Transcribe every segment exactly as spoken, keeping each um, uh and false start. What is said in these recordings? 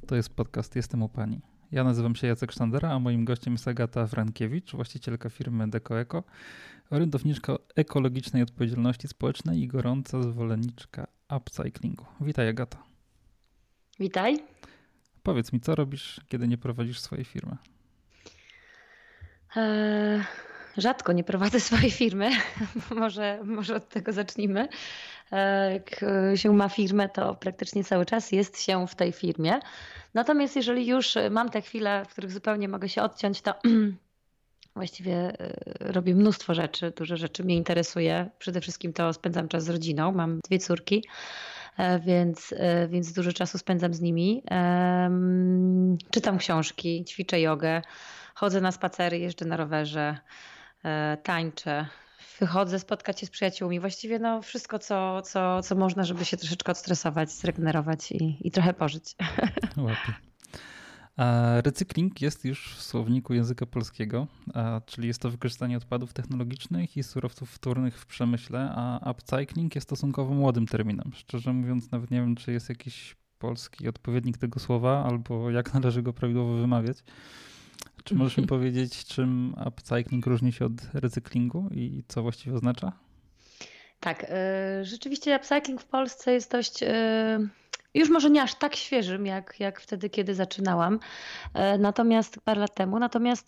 To jest podcast Jestem u Pani. Ja nazywam się Jacek Sztandera, a moim gościem jest Agata Frankiewicz, właścicielka firmy DecoEco, orędowniczka ekologicznej odpowiedzialności społecznej i gorąca zwolenniczka upcyclingu. Witaj, Agata. Witaj. Powiedz mi, co robisz, kiedy nie prowadzisz swojej firmy? Eee, rzadko nie prowadzę swojej firmy. może, może od tego zacznijmy. Eee, jak się ma firmę, to praktycznie cały czas jest się w tej firmie. Natomiast jeżeli już mam te chwile, w których zupełnie mogę się odciąć, to właściwie robię mnóstwo rzeczy. Dużo rzeczy mnie interesuje. Przede wszystkim to spędzam czas z rodziną. Mam dwie córki. Więc, więc dużo czasu spędzam z nimi. Czytam książki, ćwiczę jogę, chodzę na spacery, jeżdżę na rowerze, tańczę, wychodzę spotkać się z przyjaciółmi. Właściwie no wszystko, co, co, co można, żeby się troszeczkę odstresować, zregenerować i, i trochę pożyć. Łapie. A recykling jest już w słowniku języka polskiego, a, czyli jest to wykorzystanie odpadów technologicznych i surowców wtórnych w przemyśle, a upcycling jest stosunkowo młodym terminem. Szczerze mówiąc, nawet nie wiem, czy jest jakiś polski odpowiednik tego słowa, albo jak należy go prawidłowo wymawiać. Czy możesz mi powiedzieć, czym upcycling różni się od recyklingu i co właściwie oznacza? Tak, rzeczywiście upcycling w Polsce jest dość... Już może nie aż tak świeżym, jak, jak wtedy, kiedy zaczynałam, natomiast parę lat temu. Natomiast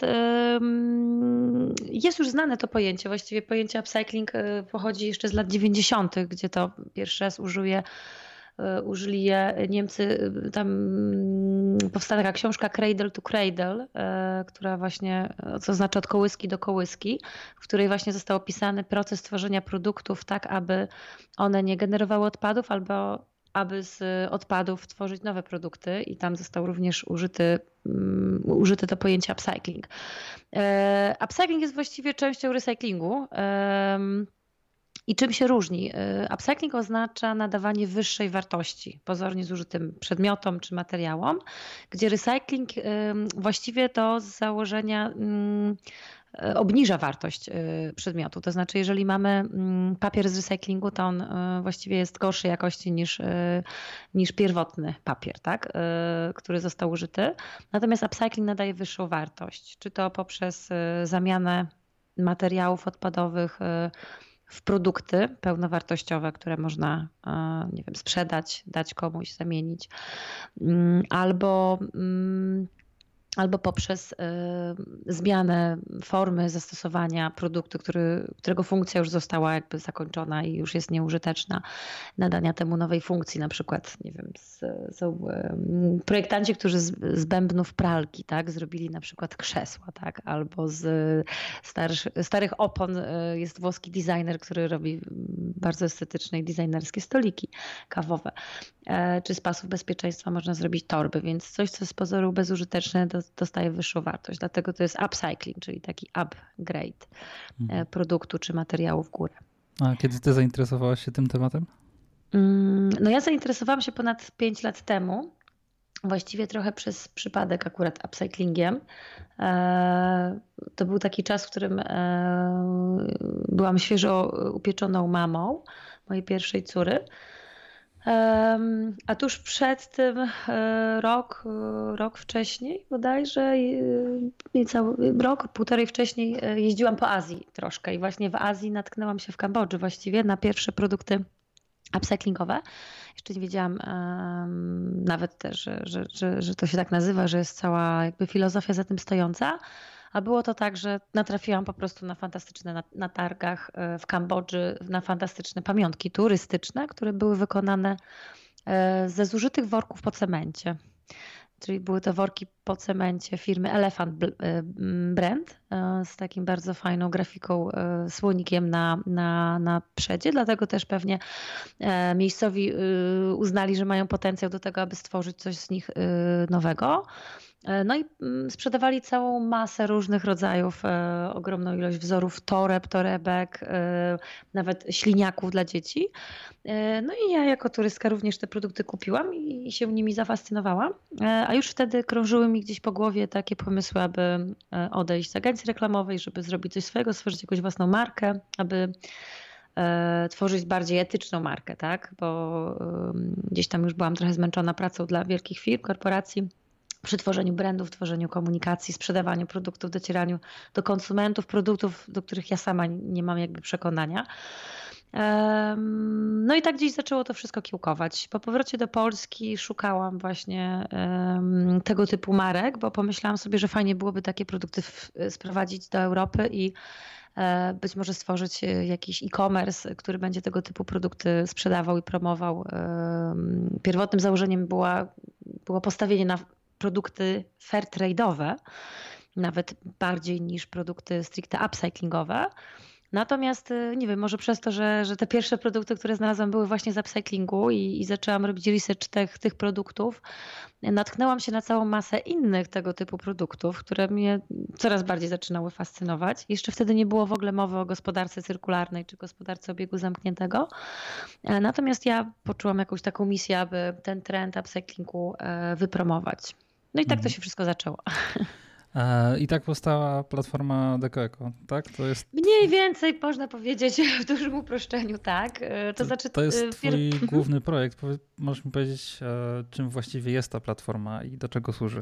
jest już znane to pojęcie. Właściwie pojęcie upcycling pochodzi jeszcze z lat dziewięćdziesiątych, gdzie to pierwszy raz użyje, użyli je Niemcy. Tam powstała taka książka Cradle to Cradle, która właśnie, co znaczy od kołyski do kołyski, w której właśnie został opisany proces tworzenia produktów tak, aby one nie generowały odpadów albo aby z odpadów tworzyć nowe produkty i tam został również użyty, um, użyte to pojęcie upcycling. E, upcycling jest właściwie częścią recyklingu. E, I czym się różni? E, upcycling oznacza nadawanie wyższej wartości pozornie zużytym przedmiotom czy materiałom, gdzie recycling e, właściwie to z założenia um, obniża wartość przedmiotu. To znaczy, jeżeli mamy papier z recyklingu, to on właściwie jest gorszej jakości niż, niż pierwotny papier, tak? Który został użyty. Natomiast upcycling nadaje wyższą wartość, czy to poprzez zamianę materiałów odpadowych w produkty pełnowartościowe, które można, nie wiem, sprzedać, dać komuś, zamienić, albo albo poprzez y, zmianę formy zastosowania produktu, który, którego funkcja już została jakby zakończona i już jest nieużyteczna, nadania temu nowej funkcji, na przykład, nie wiem, są y, projektanci, którzy z, z bębnów pralki, tak, zrobili na przykład krzesła, tak, albo z starszy, starych opon y, jest włoski designer, który robi bardzo estetyczne i designerskie stoliki kawowe, y, czy z pasów bezpieczeństwa można zrobić torby, więc coś, co z pozoru bezużyteczne, do, dostaje wyższą wartość. Dlatego to jest upcycling, czyli taki upgrade mhm. produktu czy materiału w górę. A kiedy ty zainteresowałaś się tym tematem? No ja zainteresowałam się ponad pięć lat temu. Właściwie trochę przez przypadek akurat upcyclingiem. To był taki czas, w którym byłam świeżo upieczoną mamą mojej pierwszej córy. A tuż przed tym rok, rok wcześniej bodajże, niecały rok, półtorej wcześniej jeździłam po Azji troszkę i właśnie w Azji natknęłam się w Kambodży właściwie na pierwsze produkty upcyclingowe. Jeszcze nie wiedziałam um, nawet też, że, że, że, że to się tak nazywa, że jest cała jakby filozofia za tym stojąca. A było to tak, że natrafiłam po prostu na fantastyczne na, na targach w Kambodży, na fantastyczne pamiątki turystyczne, które były wykonane ze zużytych worków po cemencie. Czyli były to worki po cemencie firmy Elephant Brand z takim bardzo fajną grafiką, słonikiem na, na, na przedzie. Dlatego też pewnie miejscowi uznali, że mają potencjał do tego, aby stworzyć coś z nich nowego. No i sprzedawali całą masę różnych rodzajów, ogromną ilość wzorów toreb, torebek, nawet śliniaków dla dzieci. No i ja jako turystka również te produkty kupiłam i się nimi zafascynowałam. A już wtedy krążyły mi gdzieś po głowie takie pomysły, aby odejść z agencji reklamowej, żeby zrobić coś swojego, stworzyć jakąś własną markę, aby tworzyć bardziej etyczną markę, tak? Bo gdzieś tam już byłam trochę zmęczona pracą dla wielkich firm, korporacji, przy tworzeniu brandów, tworzeniu komunikacji, sprzedawaniu produktów, docieraniu do konsumentów, produktów, do których ja sama nie mam jakby przekonania. No i tak gdzieś zaczęło to wszystko kiełkować. Po powrocie do Polski szukałam właśnie tego typu marek, bo pomyślałam sobie, że fajnie byłoby takie produkty sprowadzić do Europy i być może stworzyć jakiś e-commerce, który będzie tego typu produkty sprzedawał i promował. Pierwotnym założeniem była, było postawienie na produkty fair trade'owe, nawet bardziej niż produkty stricte upcyclingowe. Natomiast nie wiem, może przez to, że, że te pierwsze produkty, które znalazłam, były właśnie z upcyclingu i, i zaczęłam robić research tych, tych produktów, natknęłam się na całą masę innych tego typu produktów, które mnie coraz bardziej zaczynały fascynować. Jeszcze wtedy nie było w ogóle mowy o gospodarce cyrkularnej czy gospodarce obiegu zamkniętego. Natomiast ja poczułam jakąś taką misję, aby ten trend upcyclingu wypromować. No i tak to się wszystko zaczęło. I tak powstała platforma DecoEco, tak? To jest... Mniej więcej można powiedzieć w dużym uproszczeniu, tak. To, to znaczy... To jest twój główny projekt. Możesz mi powiedzieć, czym właściwie jest ta platforma i do czego służy?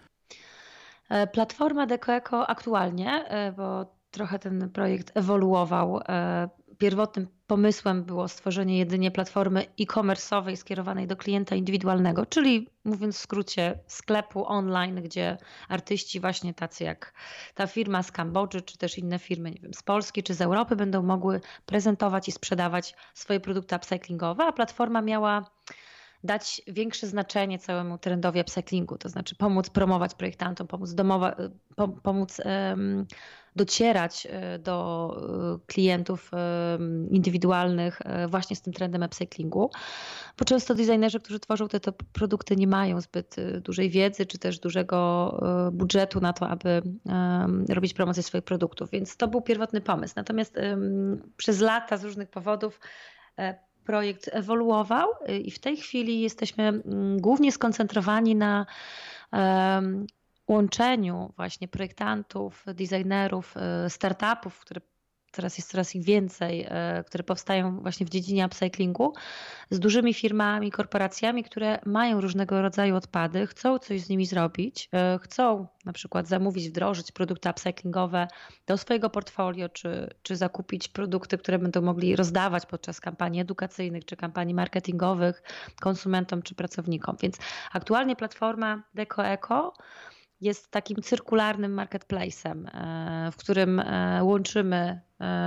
Platforma DecoEco aktualnie, bo trochę ten projekt ewoluował. Pierwotnym pomysłem było stworzenie jedynie platformy e-commerce'owej skierowanej do klienta indywidualnego, czyli mówiąc w skrócie sklepu online, gdzie artyści właśnie tacy jak ta firma z Kambodży, czy też inne firmy, nie wiem, z Polski czy z Europy będą mogły prezentować i sprzedawać swoje produkty upcyclingowe, a platforma miała dać większe znaczenie całemu trendowi upcyclingu, to znaczy pomóc promować projektantom, pomóc, domowa, pomóc um, docierać do klientów indywidualnych właśnie z tym trendem upcyclingu, bo często designerzy, którzy tworzą te, te produkty, nie mają zbyt dużej wiedzy czy też dużego budżetu na to, aby um, robić promocję swoich produktów, więc to był pierwotny pomysł. Natomiast um, przez lata z różnych powodów projekt ewoluował i w tej chwili jesteśmy głównie skoncentrowani na um, łączeniu właśnie projektantów, designerów, startupów, które teraz jest coraz ich więcej, które powstają właśnie w dziedzinie upcyclingu, z dużymi firmami, korporacjami, które mają różnego rodzaju odpady, chcą coś z nimi zrobić, chcą na przykład zamówić, wdrożyć produkty upcyclingowe do swojego portfolio, czy, czy zakupić produkty, które będą mogli rozdawać podczas kampanii edukacyjnych, czy kampanii marketingowych konsumentom, czy pracownikom. Więc aktualnie platforma DecoEco jest takim cyrkularnym marketplace'em, w którym łączymy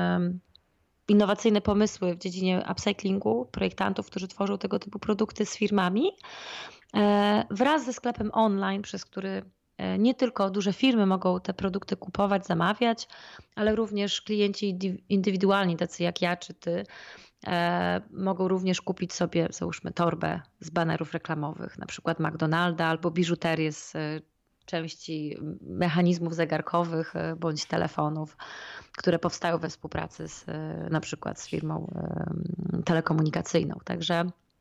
innowacyjne pomysły w dziedzinie upcyclingu, projektantów, którzy tworzą tego typu produkty z firmami, wraz ze sklepem online, przez który nie tylko duże firmy mogą te produkty kupować, zamawiać, ale również klienci indywidualni, tacy jak ja czy ty, mogą również kupić sobie, załóżmy, torbę z banerów reklamowych, na przykład McDonalda albo biżuterię z części mechanizmów zegarkowych bądź telefonów, które powstają we współpracy z, na przykład z firmą telekomunikacyjną. Także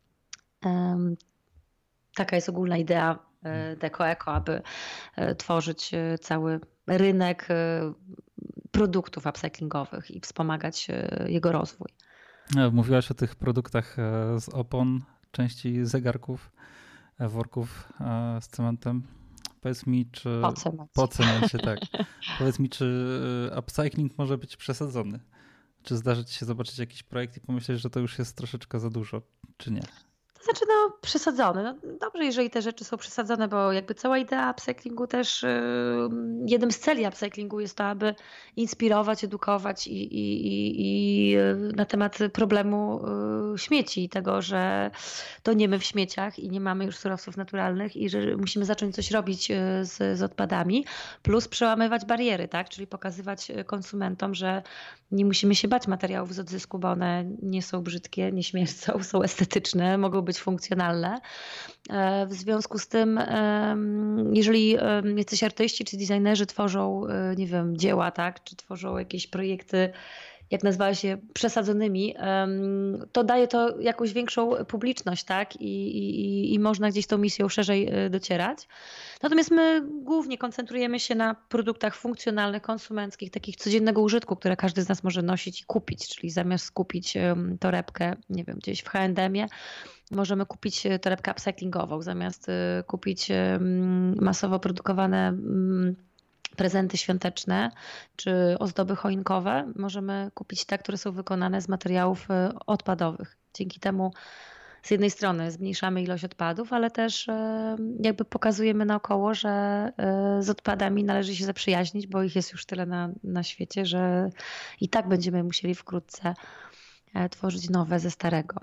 um, taka jest ogólna idea DecoEco, aby tworzyć cały rynek produktów upcyclingowych i wspomagać jego rozwój. Mówiłaś o tych produktach z opon, części zegarków, worków z cementem. Powiedz mi, czy... Po cemencie. Po cemencie, tak. Powiedz mi, czy upcycling może być przesadzony? Czy zdarzy ci się zobaczyć jakiś projekt i pomyśleć, że to już jest troszeczkę za dużo, czy nie? To znaczy, no przesadzony. No, dobrze, jeżeli te rzeczy są przesadzone, bo jakby cała idea upcyclingu też, yy, jednym z celi upcyclingu jest to, aby inspirować, edukować i, i, i, i na temat problemu yy, śmieci i tego, że toniemy w śmieciach i nie mamy już surowców naturalnych i że musimy zacząć coś robić z, z odpadami, plus przełamywać bariery, tak? Czyli pokazywać konsumentom, że nie musimy się bać materiałów z odzysku, bo one nie są brzydkie, nie śmierdzą, są estetyczne, mogą być funkcjonalne. W związku z tym, jeżeli jacyś artyści czy designerzy tworzą, nie wiem, dzieła, tak, czy tworzą jakieś projekty jak nazwałeś je, przesadzonymi, to daje to jakąś większą publiczność, tak? I, i, i można gdzieś tą misją szerzej docierać. Natomiast my głównie koncentrujemy się na produktach funkcjonalnych, konsumenckich, takich codziennego użytku, które każdy z nas może nosić i kupić, czyli zamiast kupić torebkę, nie wiem, gdzieś w H and M-ie, możemy kupić torebkę upcyklingową, zamiast kupić masowo produkowane prezenty świąteczne czy ozdoby choinkowe, możemy kupić te, które są wykonane z materiałów odpadowych. Dzięki temu z jednej strony zmniejszamy ilość odpadów, ale też jakby pokazujemy naokoło, że z odpadami należy się zaprzyjaźnić, bo ich jest już tyle na, na świecie, że i tak będziemy musieli wkrótce tworzyć nowe ze starego.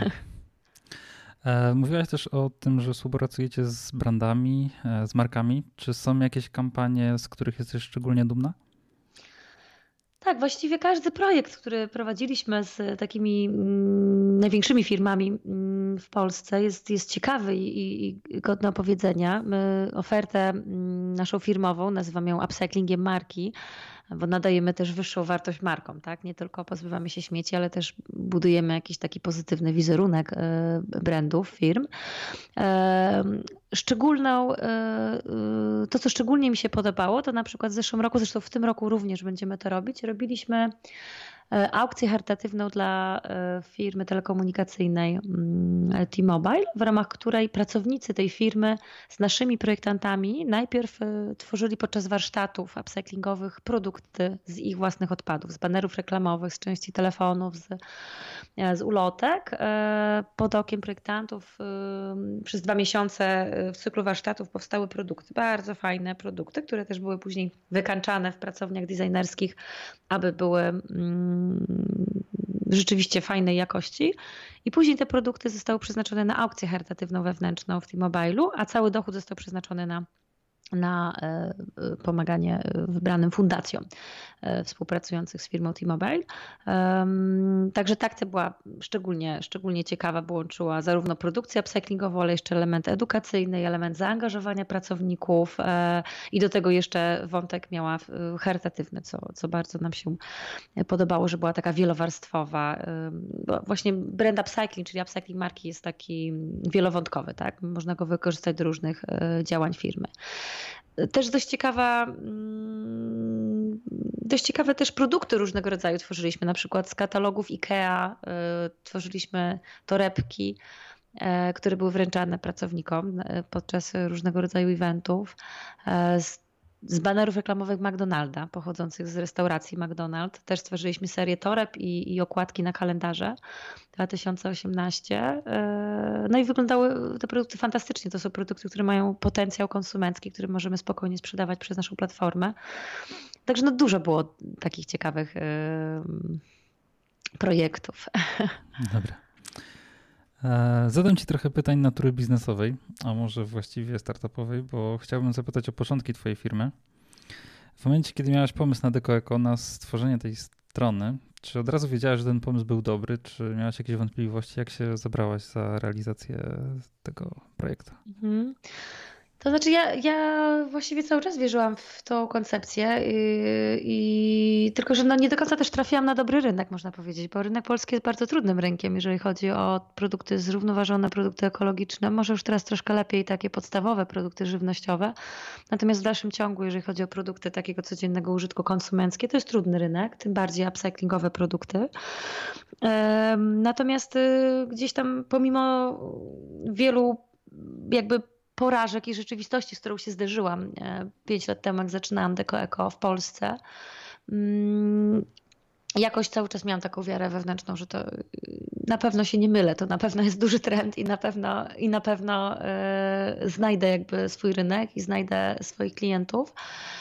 Mówiłaś też o tym, że współpracujecie z brandami, z markami. Czy są jakieś kampanie, z których jesteś szczególnie dumna? Tak, właściwie każdy projekt, który prowadziliśmy z takimi największymi firmami w Polsce jest, jest ciekawy i, i godny opowiedzenia. My ofertę naszą firmową, nazywamy ją upcyklingiem marki, bo nadajemy też wyższą wartość markom, tak? Nie tylko pozbywamy się śmieci, ale też budujemy jakiś taki pozytywny wizerunek brandów, firm. Szczególną, to co szczególnie mi się podobało, to na przykład w zeszłym roku, zresztą w tym roku również będziemy to robić, robiliśmy aukcję charytatywną dla firmy telekomunikacyjnej T-Mobile, w ramach której pracownicy tej firmy z naszymi projektantami najpierw tworzyli podczas warsztatów upcyklingowych produkty z ich własnych odpadów, z banerów reklamowych, z części telefonów, z, z ulotek. Pod okiem projektantów przez dwa miesiące w cyklu warsztatów powstały produkty, bardzo fajne produkty, które też były później wykańczane w pracowniach designerskich, aby były rzeczywiście fajnej jakości i później te produkty zostały przeznaczone na aukcję charytatywną wewnętrzną w T-Mobile'u, a cały dochód został przeznaczony na na pomaganie wybranym fundacjom współpracujących z firmą T-Mobile. Także ta akcja była szczególnie, szczególnie ciekawa, bo łączyła zarówno produkcję upcyklingową, ale jeszcze element edukacyjny, element zaangażowania pracowników i do tego jeszcze wątek miała charytatywny, co, co bardzo nam się podobało, że była taka wielowarstwowa. Bo właśnie brand upcycling, czyli upcycling marki jest taki wielowątkowy, tak? Można go wykorzystać do różnych działań firmy. Też dość ciekawa, dość ciekawe też produkty różnego rodzaju tworzyliśmy, na przykład z katalogów IKEA tworzyliśmy torebki, które były wręczane pracownikom podczas różnego rodzaju eventów. Z Z banerów reklamowych McDonalda, pochodzących z restauracji McDonald's. Też stworzyliśmy serię toreb i, i okładki na kalendarze dwa tysiące osiemnaście. No i wyglądały te produkty fantastycznie. To są produkty, które mają potencjał konsumencki, który możemy spokojnie sprzedawać przez naszą platformę. Także no dużo było takich ciekawych projektów. Dobra. Zadam Ci trochę pytań natury biznesowej, a może właściwie startupowej, bo chciałbym zapytać o początki Twojej firmy. W momencie, kiedy miałaś pomysł na DecoEco, na stworzenie tej strony, czy od razu wiedziałaś, że ten pomysł był dobry, czy miałaś jakieś wątpliwości, jak się zabrałaś za realizację tego projektu? Mhm. To znaczy ja, ja właściwie cały czas wierzyłam w tą koncepcję i, i tylko, że no nie do końca też trafiłam na dobry rynek, można powiedzieć, bo rynek polski jest bardzo trudnym rynkiem, jeżeli chodzi o produkty zrównoważone, produkty ekologiczne, może już teraz troszkę lepiej takie podstawowe produkty żywnościowe, natomiast w dalszym ciągu, jeżeli chodzi o produkty takiego codziennego użytku konsumenckie, to jest trudny rynek, tym bardziej upcyklingowe produkty. Natomiast gdzieś tam pomimo wielu jakby porażek i rzeczywistości, z którą się zderzyłam pięć lat temu, jak zaczynałam DecoEco w Polsce. Jakoś cały czas miałam taką wiarę wewnętrzną, że to na pewno się nie mylę, to na pewno jest duży trend i na pewno, i na pewno znajdę jakby swój rynek i znajdę swoich klientów.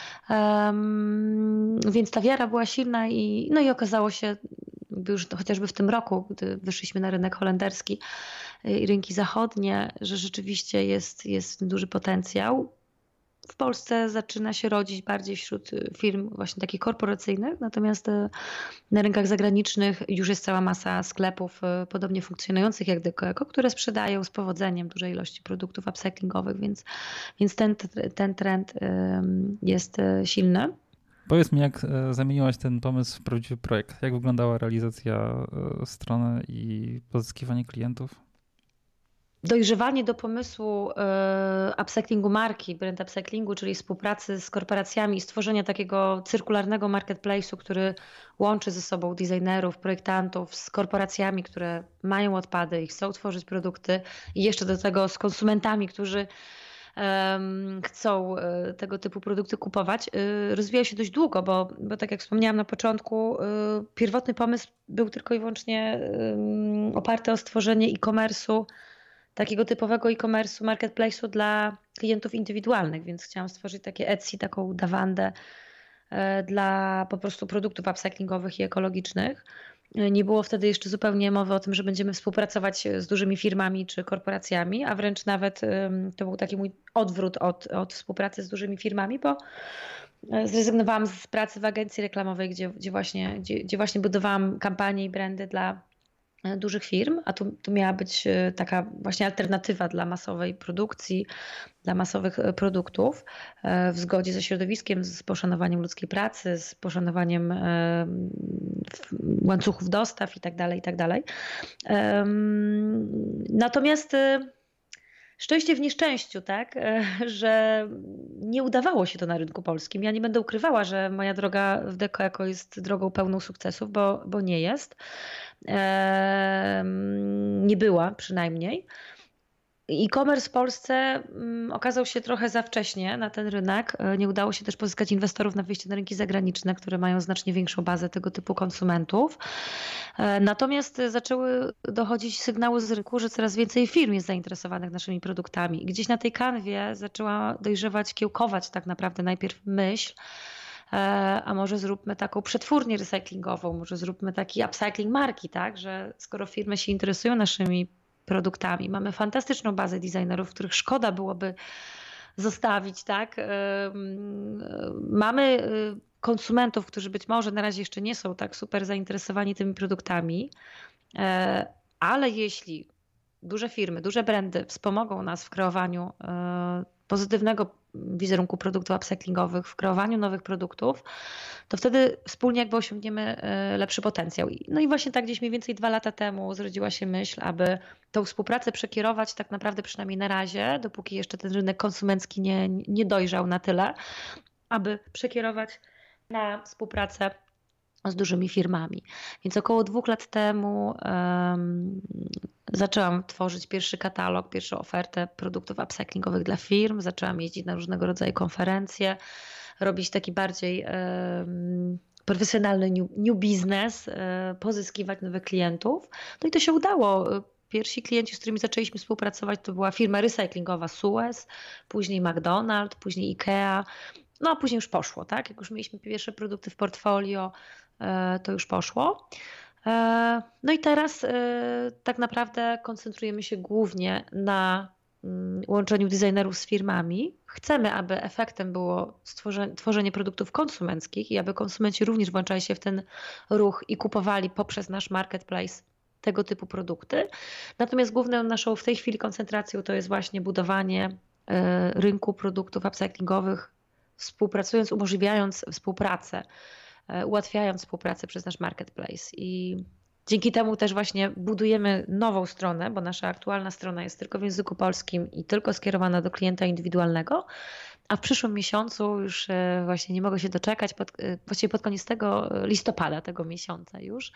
Um, więc ta wiara była silna i, no i okazało się, już chociażby w tym roku, gdy wyszliśmy na rynek holenderski i rynki zachodnie, że rzeczywiście jest, jest duży potencjał. W Polsce zaczyna się rodzić bardziej wśród firm właśnie takich korporacyjnych, natomiast na rynkach zagranicznych już jest cała masa sklepów podobnie funkcjonujących jak DecoEco, które sprzedają z powodzeniem duże ilości produktów upcyklingowych, więc, więc ten, ten trend jest silny. Powiedz mi, jak zamieniłaś ten pomysł w prawdziwy projekt? Jak wyglądała realizacja strony i pozyskiwanie klientów? Dojrzewanie do pomysłu y, upcyclingu marki, brand upcyclingu, czyli współpracy z korporacjami i stworzenia takiego cyrkularnego marketplace'u, który łączy ze sobą designerów, projektantów z korporacjami, które mają odpady i chcą tworzyć produkty i jeszcze do tego z konsumentami, którzy um, chcą y, tego typu produkty kupować, y, rozwijał się dość długo, bo, bo tak jak wspomniałam na początku, y, pierwotny pomysł był tylko i wyłącznie y, oparty o stworzenie e-commerce'u, takiego typowego e-commerce'u, marketplace'u dla klientów indywidualnych, więc chciałam stworzyć takie Etsy, taką Dawandę dla po prostu produktów upcyclingowych i ekologicznych. Nie było wtedy jeszcze zupełnie mowy o tym, że będziemy współpracować z dużymi firmami czy korporacjami, a wręcz nawet to był taki mój odwrót od, od współpracy z dużymi firmami, bo zrezygnowałam z pracy w agencji reklamowej, gdzie, gdzie, właśnie, gdzie, gdzie właśnie budowałam kampanie i brandy dla dużych firm, a tu, tu miała być taka właśnie alternatywa dla masowej produkcji, dla masowych produktów w zgodzie ze środowiskiem, z poszanowaniem ludzkiej pracy, z poszanowaniem łańcuchów dostaw i tak dalej, i tak dalej. Natomiast szczęście w nieszczęściu, tak, że nie udawało się to na rynku polskim. Ja nie będę ukrywała, że moja droga w Deco Eco jest drogą pełną sukcesów, bo, bo nie jest. Nie była przynajmniej. E-commerce w Polsce okazał się trochę za wcześnie na ten rynek. Nie udało się też pozyskać inwestorów na wyjście na rynki zagraniczne, które mają znacznie większą bazę tego typu konsumentów. Natomiast zaczęły dochodzić sygnały z rynku, że coraz więcej firm jest zainteresowanych naszymi produktami. I gdzieś na tej kanwie zaczęła dojrzewać, kiełkować tak naprawdę najpierw myśl, a może zróbmy taką przetwórnię recyklingową, może zróbmy taki upcycling marki, tak, że skoro firmy się interesują naszymi produktami, mamy fantastyczną bazę designerów, których szkoda byłoby zostawić, tak, mamy konsumentów, którzy być może na razie jeszcze nie są tak super zainteresowani tymi produktami, ale jeśli duże firmy, duże brandy wspomogą nas w kreowaniu pozytywnego wizerunku produktów upcyklingowych, w kreowaniu nowych produktów, to wtedy wspólnie jakby osiągniemy lepszy potencjał. No i właśnie tak gdzieś mniej więcej dwa lata temu zrodziła się myśl, aby tą współpracę przekierować tak naprawdę przynajmniej na razie, dopóki jeszcze ten rynek konsumencki nie, nie dojrzał na tyle, aby przekierować na współpracę z dużymi firmami. Więc około dwóch lat temu um, zaczęłam tworzyć pierwszy katalog, pierwszą ofertę produktów upcyklingowych dla firm. Zaczęłam jeździć na różnego rodzaju konferencje, robić taki bardziej um, profesjonalny new, new business, um, pozyskiwać nowych klientów. No i to się udało. Pierwsi klienci, z którymi zaczęliśmy współpracować, to była firma recyklingowa Suez, później McDonald's, później IKEA. No a później już poszło, tak? Jak już mieliśmy pierwsze produkty w portfolio, to już poszło. No i teraz tak naprawdę koncentrujemy się głównie na łączeniu designerów z firmami. Chcemy, aby efektem było stworzenie, tworzenie produktów konsumenckich i aby konsumenci również włączali się w ten ruch i kupowali poprzez nasz marketplace tego typu produkty. Natomiast główną naszą w tej chwili koncentracją to jest właśnie budowanie rynku produktów upcyklingowych, współpracując, umożliwiając współpracę, ułatwiając współpracę przez nasz marketplace. I dzięki temu też właśnie budujemy nową stronę, bo nasza aktualna strona jest tylko w języku polskim i tylko skierowana do klienta indywidualnego, a w przyszłym miesiącu już właśnie nie mogę się doczekać, pod, właściwie pod koniec tego listopada tego miesiąca już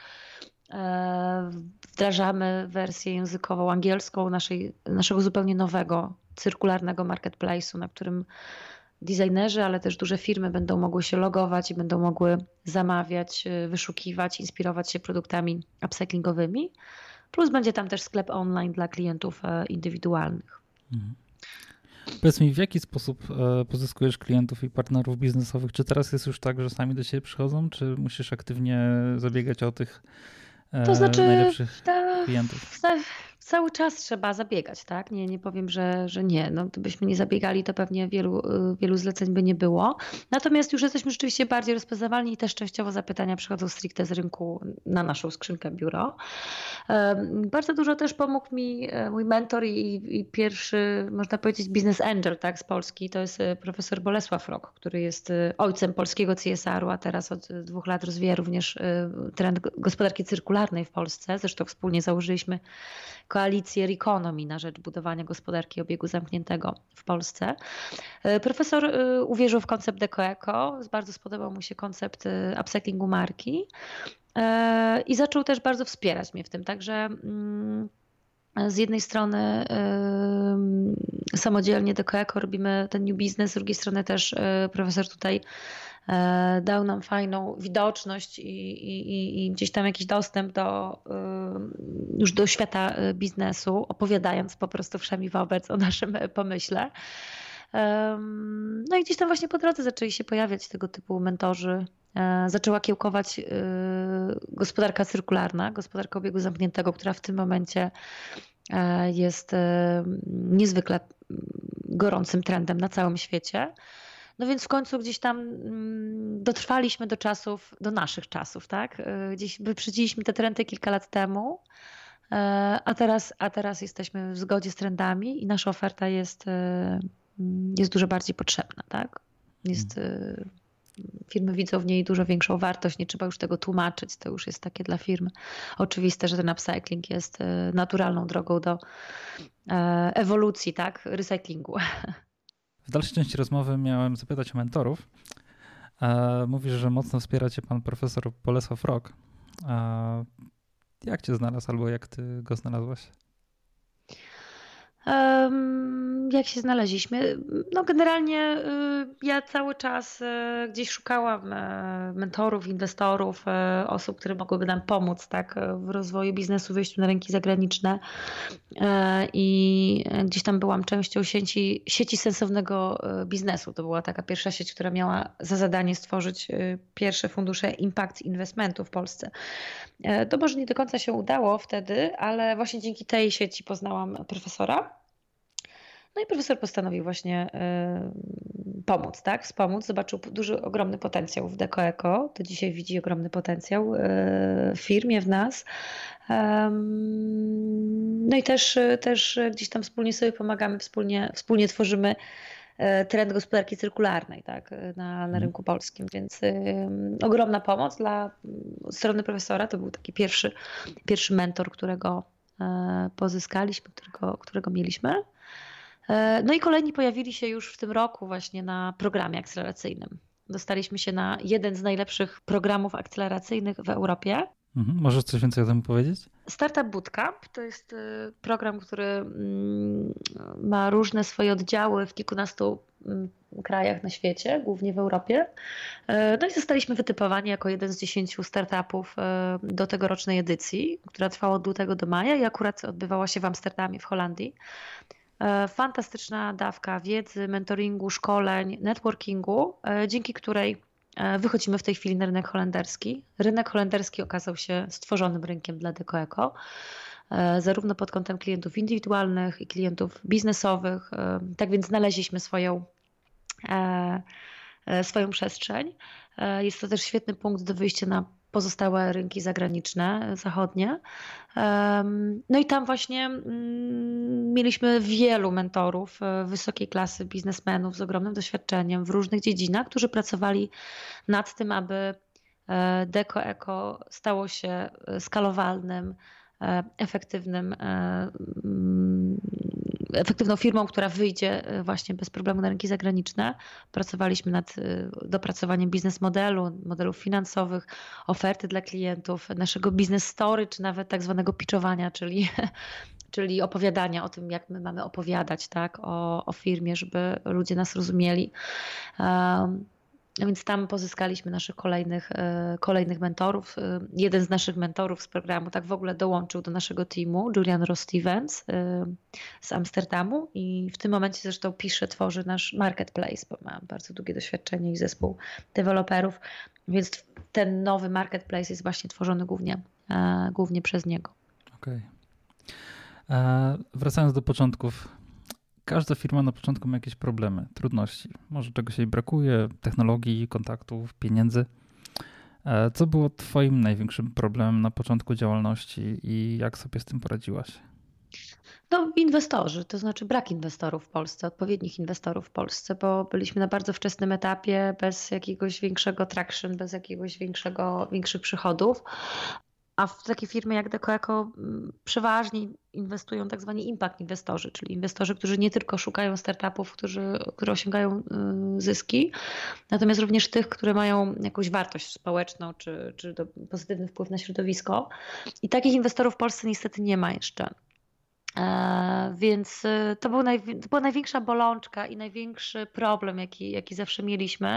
wdrażamy wersję językową angielską naszej, naszego zupełnie nowego, cyrkularnego marketplace'u, na którym designerzy, ale też duże firmy będą mogły się logować i będą mogły zamawiać, wyszukiwać, inspirować się produktami upcyklingowymi. Plus będzie tam też sklep online dla klientów indywidualnych. Mhm. Powiedz mi, w jaki sposób pozyskujesz klientów i partnerów biznesowych? Czy teraz jest już tak, że sami do ciebie przychodzą, czy musisz aktywnie zabiegać o tych to znaczy, najlepszych ta, klientów? Cały czas trzeba zabiegać, tak? Nie, nie powiem, że, że nie. No, gdybyśmy nie zabiegali, to pewnie wielu, wielu zleceń by nie było. Natomiast już jesteśmy rzeczywiście bardziej rozpoznawalni i też częściowo zapytania przychodzą stricte z rynku na naszą skrzynkę biuro. Bardzo dużo też pomógł mi mój mentor i, i pierwszy, można powiedzieć, business angel, tak, z Polski. To jest profesor Bolesław Rok, który jest ojcem polskiego C S R u, a teraz od dwóch lat rozwija również trend gospodarki cyrkularnej w Polsce. Zresztą wspólnie założyliśmy koalicję Reconomy na rzecz budowania gospodarki obiegu zamkniętego w Polsce. Profesor uwierzył w koncept Deco-Eco, bardzo spodobał mu się koncept upcyclingu marki i zaczął też bardzo wspierać mnie w tym. Także z jednej strony samodzielnie Deco-Eco robimy ten new business, z drugiej strony też profesor tutaj dał nam fajną widoczność i, i, i gdzieś tam jakiś dostęp do, już do świata biznesu, opowiadając po prostu wszemi wobec o naszym pomyśle. No i gdzieś tam właśnie po drodze zaczęli się pojawiać tego typu mentorzy. Zaczęła kiełkować gospodarka cyrkularna, gospodarka obiegu zamkniętego, która w tym momencie jest niezwykle gorącym trendem na całym świecie. No więc w końcu gdzieś tam dotrwaliśmy do czasów, do naszych czasów, tak? Gdzieś wyprzedziliśmy te trendy kilka lat temu, a teraz, a teraz jesteśmy w zgodzie z trendami i nasza oferta jest, jest dużo bardziej potrzebna, tak? Jest, firmy widzą w niej dużo większą wartość, nie trzeba już tego tłumaczyć, to już jest takie dla firm oczywiste, że ten upcycling jest naturalną drogą do ewolucji, tak? Recyklingu. W dalszej części rozmowy miałem zapytać o mentorów. Mówisz, że mocno wspiera cię pan profesor Bolesław Rok. Jak cię znalazł albo jak ty go znalazłaś? Um, jak się znaleźliśmy? No generalnie y, ja cały czas y, gdzieś szukałam y, mentorów, inwestorów, y, osób, które mogłyby nam pomóc, tak, w rozwoju biznesu, wyjściu na rynki zagraniczne y, i gdzieś tam byłam częścią sieci, sieci sensownego biznesu. To była taka pierwsza sieć, która miała za zadanie stworzyć y, pierwsze fundusze impact investmentu w Polsce. Y, to może nie do końca się udało wtedy, ale właśnie dzięki tej sieci poznałam profesora. No i profesor postanowił właśnie y, pomóc, tak? Wspomóc. Zobaczył duży, ogromny potencjał w Deco-Eco. To dzisiaj widzi ogromny potencjał y, w firmie, w nas. Um, no i też, też gdzieś tam wspólnie sobie pomagamy, wspólnie, wspólnie tworzymy trend gospodarki cyrkularnej, tak? na, na rynku polskim, więc y, ogromna pomoc dla strony profesora. To był taki pierwszy, pierwszy mentor, którego y, pozyskaliśmy, którego, którego mieliśmy. No i kolejni pojawili się już w tym roku właśnie na programie akceleracyjnym. Dostaliśmy się na jeden z najlepszych programów akceleracyjnych w Europie. Mhm. Możesz coś więcej o tym powiedzieć? Startup Bootcamp to jest program, który ma różne swoje oddziały w kilkunastu krajach na świecie, głównie w Europie. No i zostaliśmy wytypowani jako jeden z dziesięciu startupów do tegorocznej edycji, która trwała od lutego do maja i akurat odbywała się w Amsterdamie w Holandii. Fantastyczna dawka wiedzy, mentoringu, szkoleń, networkingu, dzięki której wychodzimy w tej chwili na rynek holenderski. Rynek holenderski okazał się stworzonym rynkiem dla Deco-Eco, zarówno pod kątem klientów indywidualnych i klientów biznesowych. Tak więc znaleźliśmy swoją, swoją przestrzeń. Jest to też świetny punkt do wyjścia na pozostałe rynki zagraniczne, zachodnie. No i tam właśnie mieliśmy wielu mentorów wysokiej klasy, biznesmenów z ogromnym doświadczeniem w różnych dziedzinach, którzy pracowali nad tym, aby Deco-Eco stało się skalowalnym, efektywnym, efektywną firmą, która wyjdzie właśnie bez problemu na rynki zagraniczne. Pracowaliśmy nad dopracowaniem biznes modelu, modelów finansowych, oferty dla klientów, naszego business story, czy nawet tak zwanego pitchowania, czyli, czyli opowiadania o tym, jak my mamy opowiadać, tak, o, o firmie, żeby ludzie nas rozumieli. Um, Więc tam pozyskaliśmy naszych kolejnych, kolejnych mentorów. Jeden z naszych mentorów z programu tak w ogóle dołączył do naszego teamu, Julian Ross Stevens z Amsterdamu i w tym momencie zresztą pisze, tworzy nasz marketplace, bo ma bardzo długie doświadczenie i zespół deweloperów, więc ten nowy marketplace jest właśnie tworzony głównie, głównie przez niego. Okej. Wracając do początków, każda firma na początku ma jakieś problemy, trudności. Może czegoś jej brakuje, technologii, kontaktów, pieniędzy. Co było twoim największym problemem na początku działalności i jak sobie z tym poradziłaś? No, inwestorzy, to znaczy brak inwestorów w Polsce, odpowiednich inwestorów w Polsce, bo byliśmy na bardzo wczesnym etapie, bez jakiegoś większego traction, bez jakiegoś większego, większych przychodów. A w takie firmy jak DecoEco przeważnie inwestują tak zwani impact inwestorzy, czyli inwestorzy, którzy nie tylko szukają startupów, którzy, które osiągają zyski, natomiast również tych, które mają jakąś wartość społeczną czy, czy pozytywny wpływ na środowisko. I takich inwestorów w Polsce niestety nie ma jeszcze. Więc to, był naj, to była największa bolączka i największy problem, jaki, jaki zawsze mieliśmy.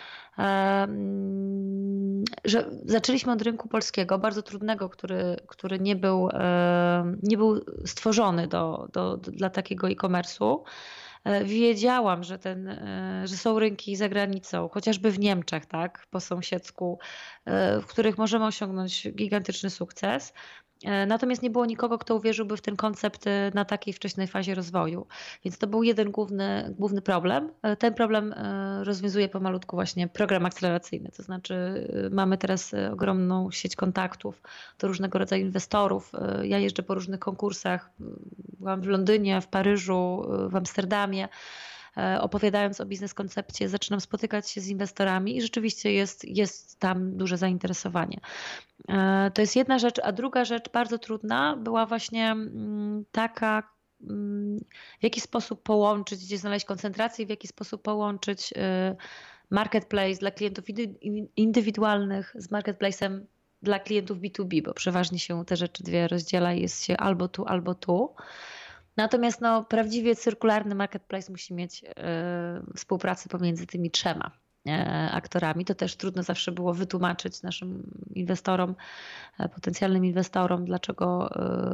Że zaczęliśmy od rynku polskiego, bardzo trudnego, który, który nie, był, nie był stworzony do, do, do, dla takiego e-commerce'u. Wiedziałam, że, ten, że są rynki za granicą, chociażby w Niemczech, tak, po sąsiedzku, w których możemy osiągnąć gigantyczny sukces. Natomiast nie było nikogo, kto uwierzyłby w ten koncept na takiej wczesnej fazie rozwoju. Więc to był jeden główny, główny problem. Ten problem rozwiązuje pomalutku właśnie program akceleracyjny. To znaczy mamy teraz ogromną sieć kontaktów do różnego rodzaju inwestorów. Ja jeżdżę po różnych konkursach. Byłam w Londynie, w Paryżu, w Amsterdamie. Opowiadając o biznes koncepcie, zaczynam spotykać się z inwestorami i rzeczywiście jest, jest tam duże zainteresowanie. To jest jedna rzecz, a druga rzecz bardzo trudna była właśnie taka, w jaki sposób połączyć, gdzie znaleźć koncentrację, w jaki sposób połączyć marketplace dla klientów indywidualnych z marketplace'em dla klientów B dwa B, bo przeważnie się te rzeczy dwie rozdziela i jest się albo tu, albo tu. Natomiast no, prawdziwie cyrkularny marketplace musi mieć y, współpracę pomiędzy tymi trzema y, aktorami. To też trudno zawsze było wytłumaczyć naszym inwestorom, y, potencjalnym inwestorom, dlaczego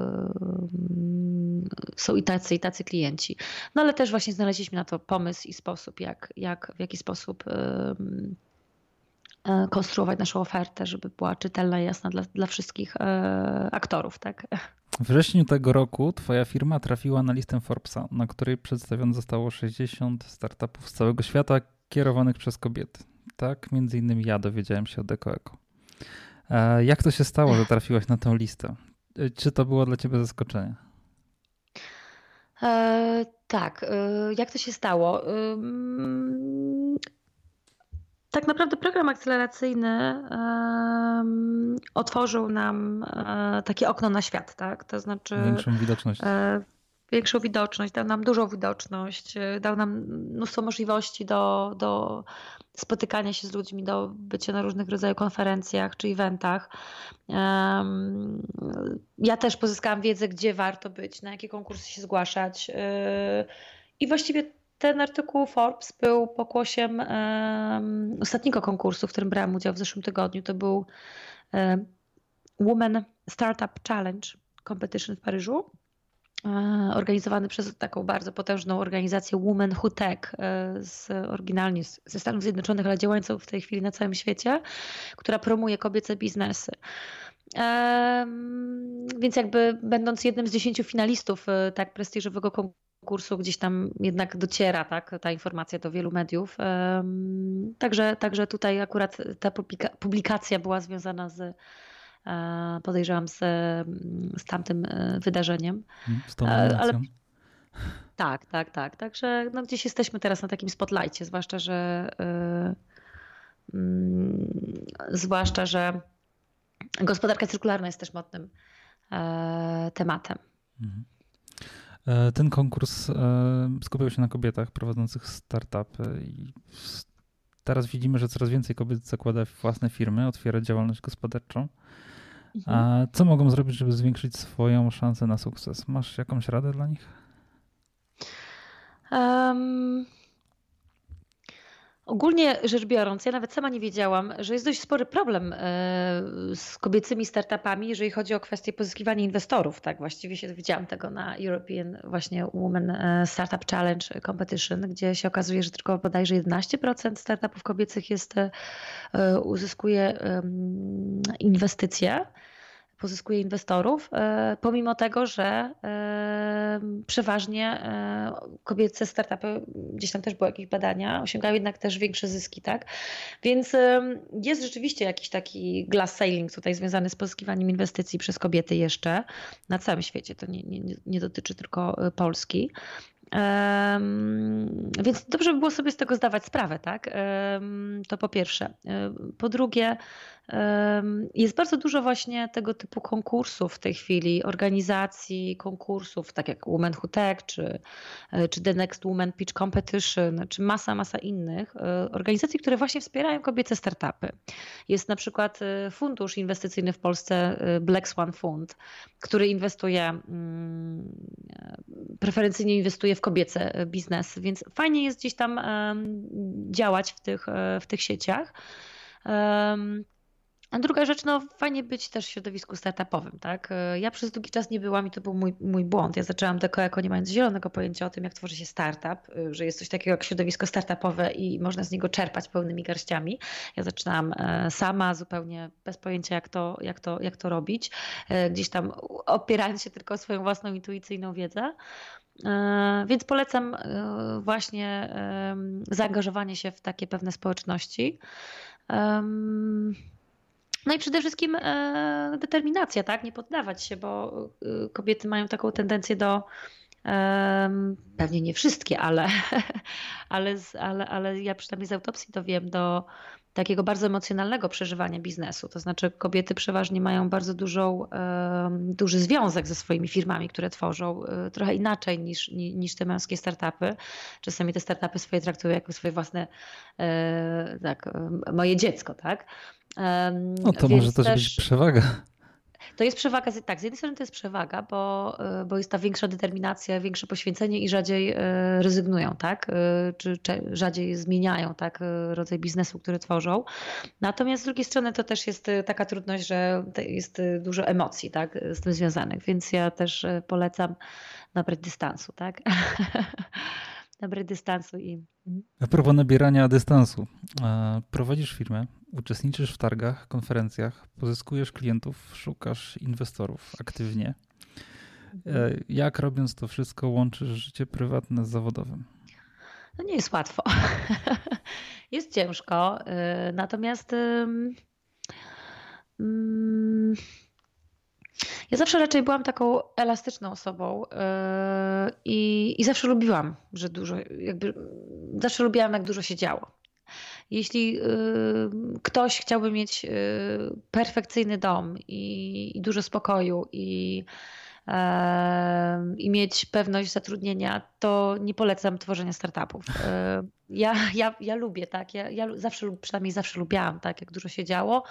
y, są i tacy, i tacy klienci. No ale też właśnie znaleźliśmy na to pomysł i sposób, jak, jak, w jaki sposób y, y, konstruować naszą ofertę, żeby była czytelna i jasna dla, dla wszystkich y, aktorów, tak? W wrześniu tego roku twoja firma trafiła na listę Forbesa, na której przedstawione zostało sześćdziesiąt startupów z całego świata kierowanych przez kobiety. Tak, między innymi ja dowiedziałem się o DecoEco. Jak to się stało, że trafiłaś na tę listę? Czy to było dla ciebie zaskoczenie? E, tak, jak to się stało? Tak naprawdę program akceleracyjny um, otworzył nam um, takie okno na świat, tak? To znaczy większą widoczność. Um, większą widoczność, dał nam dużą widoczność, dał nam mnóstwo możliwości do, do spotykania się z ludźmi, do bycia na różnych rodzajach konferencjach czy eventach. Um, ja też pozyskałam wiedzę, gdzie warto być, na jakie konkursy się zgłaszać yy, i właściwie ten artykuł Forbes był pokłosiem um, ostatniego konkursu, w którym brałam udział w zeszłym tygodniu. To był um, Women Startup Challenge Competition w Paryżu, um, organizowany przez taką bardzo potężną organizację Women Who Tech, um, z, oryginalnie z, ze Stanów Zjednoczonych, ale działającą w tej chwili na całym świecie, która promuje kobiece biznesy. Um, więc jakby będąc jednym z dziesięciu finalistów um, tak prestiżowego konkursu, kursu gdzieś tam jednak dociera, tak, ta informacja do wielu mediów. Także, także tutaj akurat ta publikacja była związana z, podejrzewam, z, z tamtym wydarzeniem. Z tą ale tak, tak, tak. Także no, gdzieś jesteśmy teraz na takim spotlightie, zwłaszcza, że yy, yy, zwłaszcza, że gospodarka cyrkularna jest też modnym yy, tematem. Mhm. Ten konkurs skupiał się na kobietach prowadzących startupy i teraz widzimy, że coraz więcej kobiet zakłada własne firmy, otwiera działalność gospodarczą. Mhm. A co mogą zrobić, żeby zwiększyć swoją szansę na sukces? Masz jakąś radę dla nich? Um... Ogólnie rzecz biorąc, ja nawet sama nie wiedziałam, że jest dość spory problem z kobiecymi startupami, jeżeli chodzi o kwestię pozyskiwania inwestorów. Tak, właściwie się dowiedziałam tego na European właśnie Women Startup Challenge Competition, gdzie się okazuje, że tylko bodajże jedenaście procent startupów kobiecych jest, uzyskuje inwestycje pozyskuje inwestorów, pomimo tego, że przeważnie kobiece startupy, gdzieś tam też były jakieś badania, osiągają jednak też większe zyski, tak? Więc jest rzeczywiście jakiś taki glass ceiling tutaj związany z pozyskiwaniem inwestycji przez kobiety jeszcze na całym świecie. To nie, nie, nie dotyczy tylko Polski. Um, więc dobrze by było sobie z tego zdawać sprawę, tak? Um, to po pierwsze. Um, po drugie, um, jest bardzo dużo właśnie tego typu konkursów w tej chwili, organizacji konkursów, tak jak Women Who Tech, czy, czy The Next Woman Pitch Competition, czy masa, masa innych organizacji, które właśnie wspierają kobiece startupy. Jest na przykład fundusz inwestycyjny w Polsce, Black Swan Fund, który inwestuje, preferencyjnie inwestuje w kobiece biznesy, więc fajnie jest gdzieś tam działać w tych, w tych sieciach. A druga rzecz, no fajnie być też w środowisku startupowym, tak? Ja przez długi czas nie byłam i to był mój, mój błąd. Ja zaczęłam Deko Eko nie mając zielonego pojęcia o tym, jak tworzy się startup, że jest coś takiego jak środowisko startupowe i można z niego czerpać pełnymi garściami. Ja zaczynałam sama, zupełnie bez pojęcia, jak to, jak to, jak to robić, gdzieś tam opierając się tylko o swoją własną intuicyjną wiedzę. Więc polecam właśnie zaangażowanie się w takie pewne społeczności. No i przede wszystkim determinacja, tak? Nie poddawać się, bo kobiety mają taką tendencję do, pewnie nie wszystkie, ale, ale, ale, ale ja przynajmniej z autopsji to wiem, do takiego bardzo emocjonalnego przeżywania biznesu. To znaczy kobiety przeważnie mają bardzo dużą, duży związek ze swoimi firmami, które tworzą, trochę inaczej niż, niż te męskie startupy. Czasami te startupy swoje traktują jako swoje własne, tak, moje dziecko, tak? No to Więc może też, też być przewaga. To jest przewaga, tak, z jednej strony to jest przewaga, bo, bo jest ta większa determinacja, większe poświęcenie i rzadziej rezygnują, tak, czy, czy rzadziej zmieniają, tak, rodzaj biznesu, który tworzą. Natomiast z drugiej strony to też jest taka trudność, że jest dużo emocji, tak, z tym związanych, więc ja też polecam nabrać dystansu, tak. Nabrać dystansu i... A propos nabierania dystansu. Prowadzisz firmę, uczestniczysz w targach, konferencjach, pozyskujesz klientów, szukasz inwestorów aktywnie. Jak robiąc to wszystko łączysz życie prywatne z zawodowym? No nie jest łatwo. Jest ciężko, natomiast ja zawsze raczej byłam taką elastyczną osobą i, i zawsze lubiłam, że dużo, jakby zawsze lubiłam, jak dużo się działo. Jeśli ktoś chciałby mieć perfekcyjny dom i, i dużo spokoju i, i mieć pewność zatrudnienia, to nie polecam tworzenia startupów. Ja, ja, ja lubię, tak, ja, ja zawsze, przynajmniej zawsze lubiłam, tak, jak dużo się działo.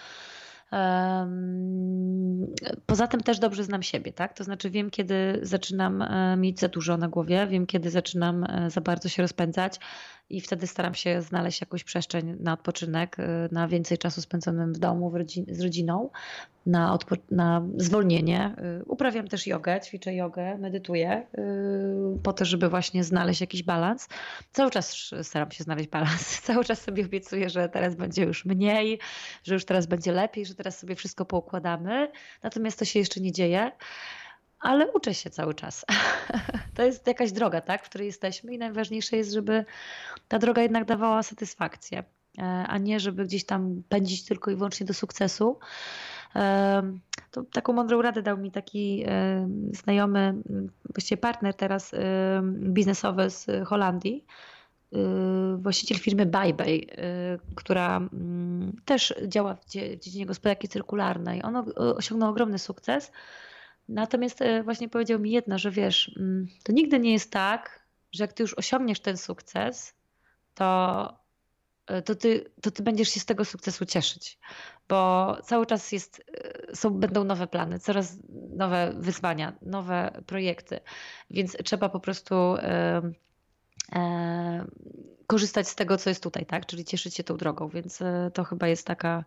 Poza tym też dobrze znam siebie, tak? To znaczy wiem, kiedy zaczynam mieć za dużo na głowie, wiem, kiedy zaczynam za bardzo się rozpędzać i wtedy staram się znaleźć jakąś przestrzeń na odpoczynek, na więcej czasu spędzonym w domu w rodzin- z rodziną, na, odpo- na zwolnienie. Uprawiam też jogę, ćwiczę jogę, medytuję po to, żeby właśnie znaleźć jakiś balans. Cały czas staram się znaleźć balans. Cały czas sobie obiecuję, że teraz będzie już mniej, że już teraz będzie lepiej, że teraz sobie wszystko poukładamy. Natomiast to się jeszcze nie dzieje. Ale uczę się cały czas. To jest jakaś droga, tak, w której jesteśmy i najważniejsze jest, żeby ta droga jednak dawała satysfakcję, a nie żeby gdzieś tam pędzić tylko i wyłącznie do sukcesu. To taką mądrą radę dał mi taki znajomy, właściwie partner teraz biznesowy z Holandii, właściciel firmy BuyBay, która też działa w dziedzinie gospodarki cyrkularnej. On osiągnął ogromny sukces. Natomiast właśnie powiedział mi jedno, że wiesz, to nigdy nie jest tak, że jak ty już osiągniesz ten sukces, to, to, ty, to ty będziesz się z tego sukcesu cieszyć, bo cały czas jest, są, będą nowe plany, coraz nowe wyzwania, nowe projekty, więc trzeba po prostu e, e, korzystać z tego, co jest tutaj, tak? Czyli cieszyć się tą drogą, więc to chyba jest taka...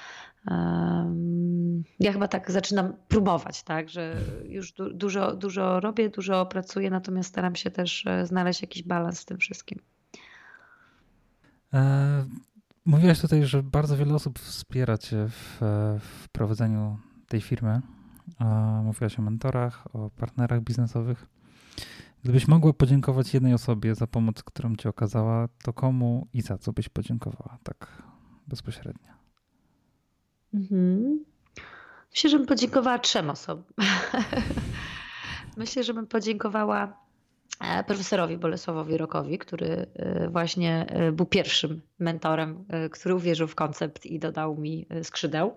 Ja chyba tak zaczynam próbować, tak, że już du- dużo, dużo robię, dużo pracuję, natomiast staram się też znaleźć jakiś balans w tym wszystkim. E, mówiłaś tutaj, że bardzo wiele osób wspiera cię w, w prowadzeniu tej firmy. Mówiłaś o mentorach, o partnerach biznesowych. Gdybyś mogła podziękować jednej osobie za pomoc, którą ci okazała, to komu i za co byś podziękowała tak bezpośrednio? Mhm. Myślę, że bym podziękowała trzem osobom. Myślę, że bym podziękowała profesorowi Bolesławowi Rokowi, który właśnie był pierwszym mentorem, który uwierzył w koncept i dodał mi skrzydeł.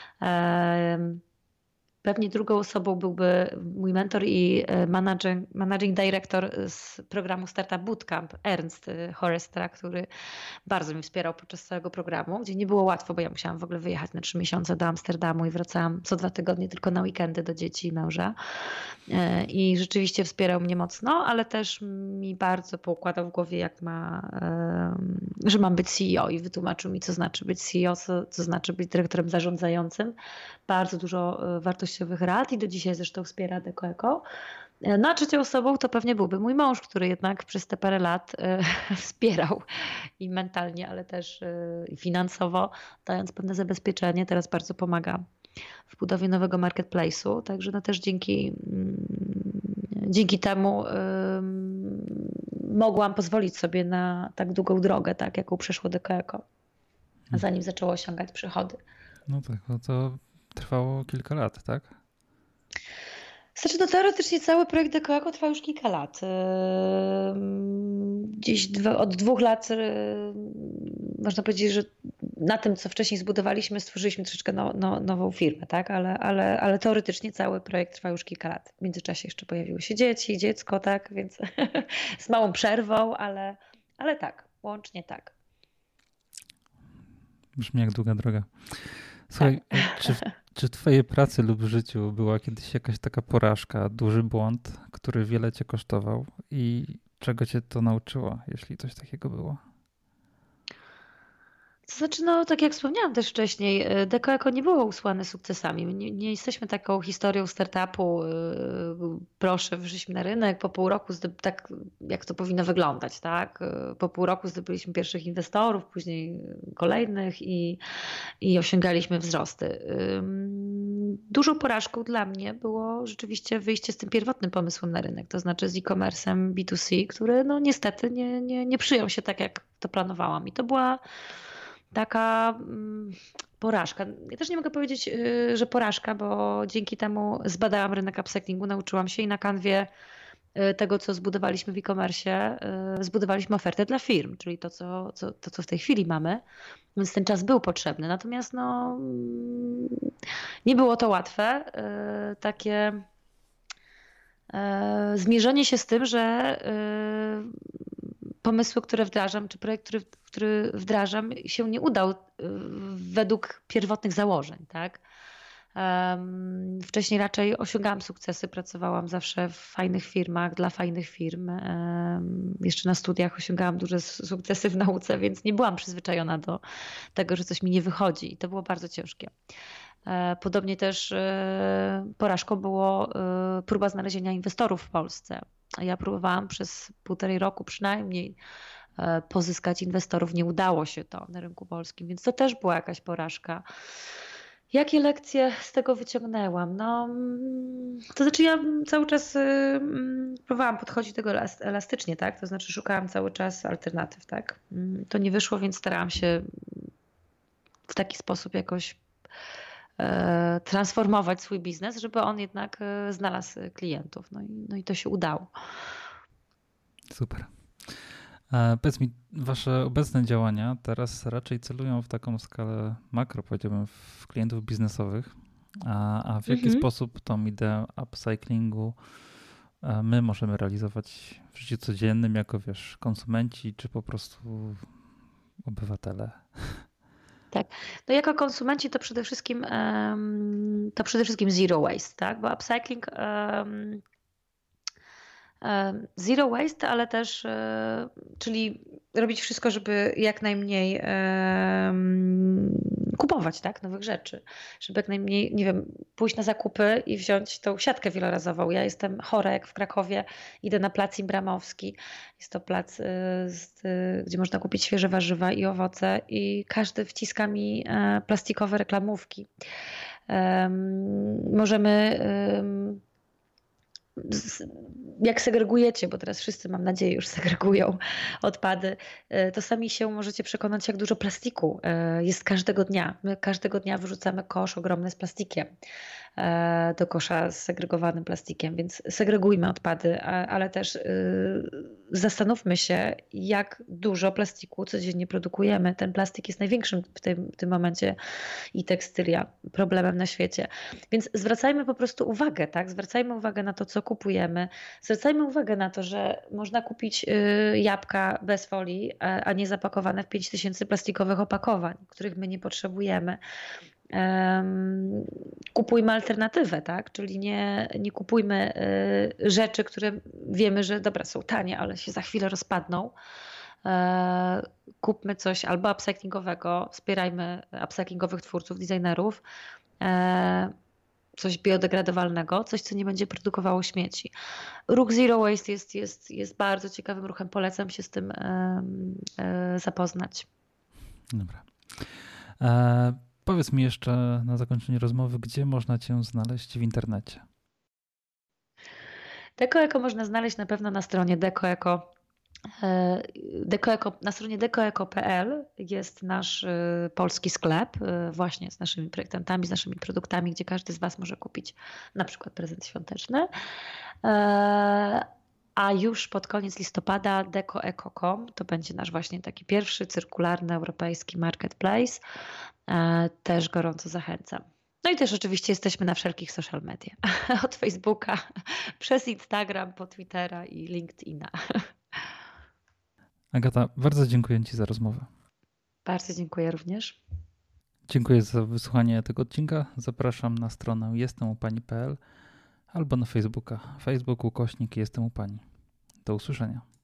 Pewnie drugą osobą byłby mój mentor i managing, managing director z programu Startup Bootcamp, Ernst Horestra, który bardzo mi wspierał podczas całego programu, gdzie nie było łatwo, bo ja musiałam w ogóle wyjechać na trzy miesiące do Amsterdamu i wracałam co dwa tygodnie tylko na weekendy do dzieci i męża. I rzeczywiście wspierał mnie mocno, ale też mi bardzo poukładał w głowie, jak ma, że mam być C E O i wytłumaczył mi, co znaczy być C E O, co, co znaczy być dyrektorem zarządzającym. Bardzo dużo wartościowych rad i do dzisiaj zresztą wspiera DecoEco. No a trzecią osobą to pewnie byłby mój mąż, który jednak przez te parę lat wspierał i mentalnie, ale też i finansowo, dając pewne zabezpieczenie. Teraz bardzo pomaga w budowie nowego marketplace'u, także no też dzięki, dzięki temu mogłam pozwolić sobie na tak długą drogę, tak, jaką przeszło DecoEco, zanim zaczęło osiągać przychody. No tak, no to trwało kilka lat, tak? Znaczy, no teoretycznie cały projekt DecoEco trwa już kilka lat. Gdzieś dwa, od dwóch lat można powiedzieć, że na tym, co wcześniej zbudowaliśmy, stworzyliśmy troszeczkę no, no, nową firmę, tak? Ale, ale, ale teoretycznie cały projekt trwa już kilka lat. W międzyczasie jeszcze pojawiły się dzieci, dziecko, tak? Więc z małą przerwą, ale, ale tak, łącznie tak. Brzmi jak długa droga. Słuchaj, tak. czy, czy w twojej pracy lub w życiu była kiedyś jakaś taka porażka, duży błąd, który wiele cię kosztował i czego cię to nauczyło, jeśli coś takiego było? To znaczy, no tak jak wspomniałam też wcześniej, DecoEco nie było usłane sukcesami. My nie, nie jesteśmy taką historią startupu, proszę, wyszliśmy na rynek, po pół roku, tak jak to powinno wyglądać, tak? Po pół roku zdobyliśmy pierwszych inwestorów, później kolejnych i, i osiągaliśmy wzrosty. Dużą porażką dla mnie było rzeczywiście wyjście z tym pierwotnym pomysłem na rynek, to znaczy z e-commerce'em B dwa C, który no niestety nie, nie, nie przyjął się tak, jak to planowałam. I to była taka porażka. Ja też nie mogę powiedzieć, że porażka, bo dzięki temu zbadałam rynek upcyclingu, nauczyłam się i na kanwie tego, co zbudowaliśmy w e-commerce, zbudowaliśmy ofertę dla firm, czyli to co, co, to, co w tej chwili mamy. Więc ten czas był potrzebny. Natomiast no, nie było to łatwe. Takie zmierzenie się z tym, że pomysły, które wdrażam, czy projekt, który, który wdrażam, się nie udał według pierwotnych założeń, tak? Um, wcześniej raczej osiągałam sukcesy, pracowałam zawsze w fajnych firmach, dla fajnych firm. Um, jeszcze na studiach osiągałam duże sukcesy w nauce, więc nie byłam przyzwyczajona do tego, że coś mi nie wychodzi i to było bardzo ciężkie. Podobnie też porażką było próba znalezienia inwestorów w Polsce. Ja próbowałam przez półtorej roku przynajmniej pozyskać inwestorów. Nie udało się to na rynku polskim, więc to też była jakaś porażka. Jakie lekcje z tego wyciągnęłam? No, to znaczy ja cały czas próbowałam podchodzić do tego elastycznie, tak? To znaczy szukałam cały czas alternatyw, tak? To nie wyszło, więc starałam się w taki sposób jakoś transformować swój biznes, żeby on jednak znalazł klientów. No i, no i to się udało. Super. Powiedz mi, wasze obecne działania teraz raczej celują w taką skalę makro, powiedziałbym, w klientów biznesowych, a, a w jaki mhm. sposób tą ideę upcyclingu my możemy realizować w życiu codziennym jako, wiesz, konsumenci, czy po prostu obywatele? Tak, no jako konsumenci to przede wszystkim to przede wszystkim zero waste, tak? Bo upcycling um, um, zero waste, ale też um, czyli robić wszystko, żeby jak najmniej um, kupować, tak, nowych rzeczy, żeby jak najmniej, nie wiem, pójść na zakupy i wziąć tą siatkę wielorazową. Ja jestem chora, jak w Krakowie, idę na plac Imbramowski. Jest to plac, y, y, gdzie można kupić świeże warzywa i owoce i każdy wciska mi y, plastikowe reklamówki. Możemy, jak segregujecie, bo teraz wszyscy, mam nadzieję, już segregują odpady, to sami się możecie przekonać, jak dużo plastiku jest każdego dnia. My każdego dnia wyrzucamy kosz ogromny z plastikiem do kosza z segregowanym plastikiem, więc segregujmy odpady, ale też zastanówmy się, jak dużo plastiku codziennie produkujemy. Ten plastik jest największym w tym, w tym momencie i tekstylia problemem na świecie. Więc zwracajmy po prostu uwagę, tak? Zwracajmy uwagę na to, co kupujemy. Zwracajmy uwagę na to, że można kupić jabłka bez folii, a nie zapakowane w pięć tysięcy plastikowych opakowań, których my nie potrzebujemy. Um, kupujmy alternatywę, tak? Czyli nie, nie kupujmy y, rzeczy, które wiemy, że dobra, są tanie, ale się za chwilę rozpadną. E, kupmy coś albo upcyklingowego, wspierajmy upcyklingowych twórców, designerów, e, coś biodegradowalnego, coś, co nie będzie produkowało śmieci. Ruch Zero Waste jest, jest, jest bardzo ciekawym ruchem, polecam się z tym e, e, zapoznać. Dobra. E... Powiedz mi jeszcze na zakończenie rozmowy, gdzie można cię znaleźć w internecie? DecoEco można znaleźć na pewno na stronie DecoEco. DecoEco, na stronie decoeco kropka p l jest nasz polski sklep właśnie z naszymi projektantami, z naszymi produktami, gdzie każdy z Was może kupić na przykład prezent świąteczny. A już pod koniec listopada decoeco kropka com to będzie nasz właśnie taki pierwszy cyrkularny europejski marketplace. Też gorąco zachęcam. No i też oczywiście jesteśmy na wszelkich social media. Od Facebooka, przez Instagram, po Twittera i LinkedIna. Agata, bardzo dziękuję Ci za rozmowę. Bardzo dziękuję również. Dziękuję za wysłuchanie tego odcinka. Zapraszam na stronę jestem u pani kropka p l albo na Facebooka. Facebook ukośnik jestem u pani. Do usłyszenia.